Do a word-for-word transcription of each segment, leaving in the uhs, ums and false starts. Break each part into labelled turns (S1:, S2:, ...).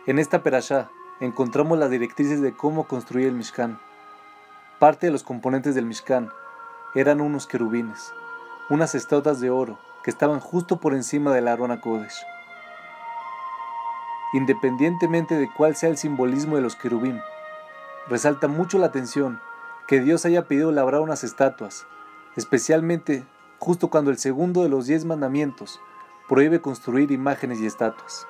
S1: En esta perashá encontramos las directrices de cómo construir el Mishkan. Parte de los componentes del Mishkan eran unos querubines, unas estatuas de oro que estaban justo por encima del Aron HaKodesh. Independientemente de cuál sea el simbolismo de los querubín, resalta mucho la atención que Dios haya pedido labrar unas estatuas, especialmente justo cuando el segundo de los diez mandamientos prohíbe construir imágenes y estatuas.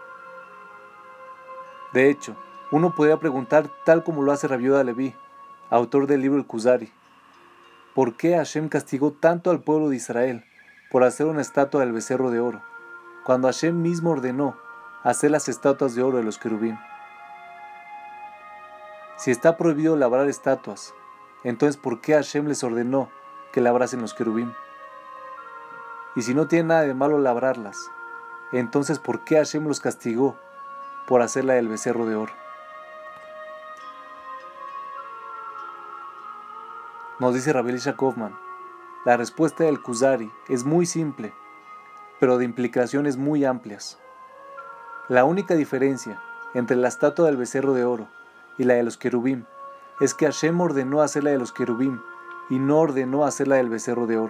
S1: De hecho, uno podría preguntar tal como lo hace Rabbi Yehuda Halevi, autor del libro El Kuzari, ¿por qué Hashem castigó tanto al pueblo de Israel por hacer una estatua del becerro de oro, cuando Hashem mismo ordenó hacer las estatuas de oro de los querubín? Si está prohibido labrar estatuas, entonces ¿por qué Hashem les ordenó que labrasen los querubín? Y si no tiene nada de malo labrarlas, entonces ¿por qué Hashem los castigó por hacer la del becerro de oro? Nos dice Rabbi Elisha Kaufman, la respuesta del Kuzari es muy simple, pero de implicaciones muy amplias. La única diferencia entre la estatua del becerro de oro y la de los querubín es que Hashem ordenó hacer la de los querubín y no ordenó hacer la del becerro de oro.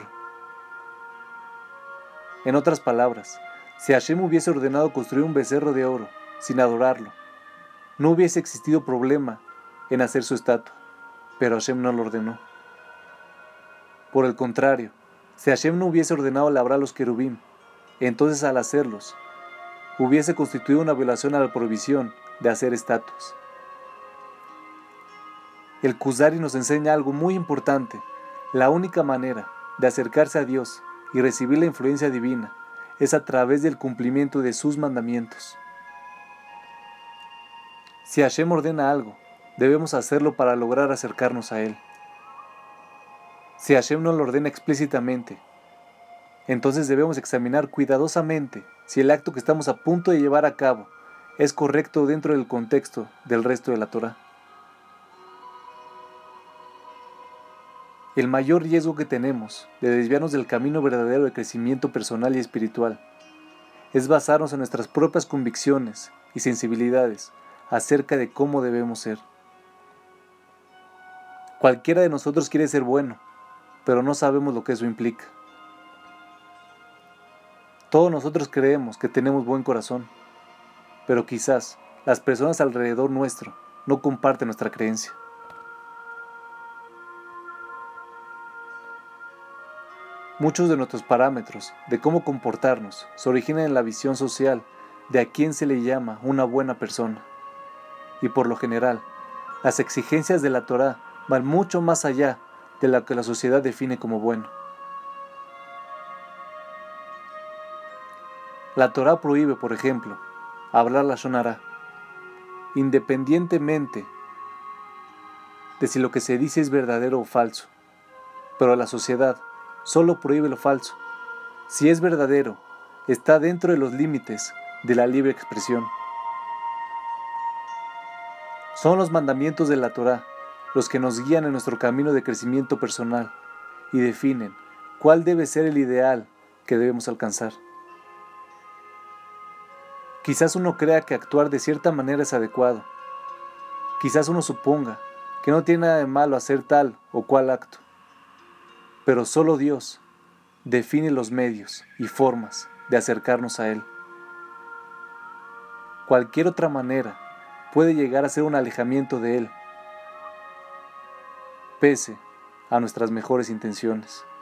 S1: En otras palabras, si Hashem hubiese ordenado construir un becerro de oro sin adorarlo, no hubiese existido problema en hacer su estatua, pero Hashem no lo ordenó. Por el contrario, si Hashem no hubiese ordenado labrar los querubín, entonces al hacerlos, hubiese constituido una violación a la prohibición de hacer estatuas. El Kuzari nos enseña algo muy importante. La única manera de acercarse a Dios y recibir la influencia divina es a través del cumplimiento de sus mandamientos. Si Hashem ordena algo, debemos hacerlo para lograr acercarnos a Él. Si Hashem no lo ordena explícitamente, entonces debemos examinar cuidadosamente si el acto que estamos a punto de llevar a cabo es correcto dentro del contexto del resto de la Torá. El mayor riesgo que tenemos de desviarnos del camino verdadero de crecimiento personal y espiritual es basarnos en nuestras propias convicciones y sensibilidades acerca de cómo debemos ser. Cualquiera de nosotros quiere ser bueno, pero no sabemos lo que eso implica. Todos nosotros creemos que tenemos buen corazón, pero quizás las personas alrededor nuestro no comparten nuestra creencia. Muchos de nuestros parámetros de cómo comportarnos se originan en la visión social de a quién se le llama una buena persona. Y por lo general, las exigencias de la Torá van mucho más allá de lo que la sociedad define como bueno. La Torá prohíbe, por ejemplo, hablar lashon hará, independientemente de si lo que se dice es verdadero o falso. Pero la sociedad solo prohíbe lo falso. Si es verdadero, está dentro de los límites de la libre expresión. Son los mandamientos de la Torá los que nos guían en nuestro camino de crecimiento personal y definen cuál debe ser el ideal que debemos alcanzar. Quizás uno crea que actuar de cierta manera es adecuado. Quizás uno suponga que no tiene nada de malo hacer tal o cual acto. Pero solo Dios define los medios y formas de acercarnos a Él. Cualquier otra manera puede llegar a ser un alejamiento de Él, pese a nuestras mejores intenciones.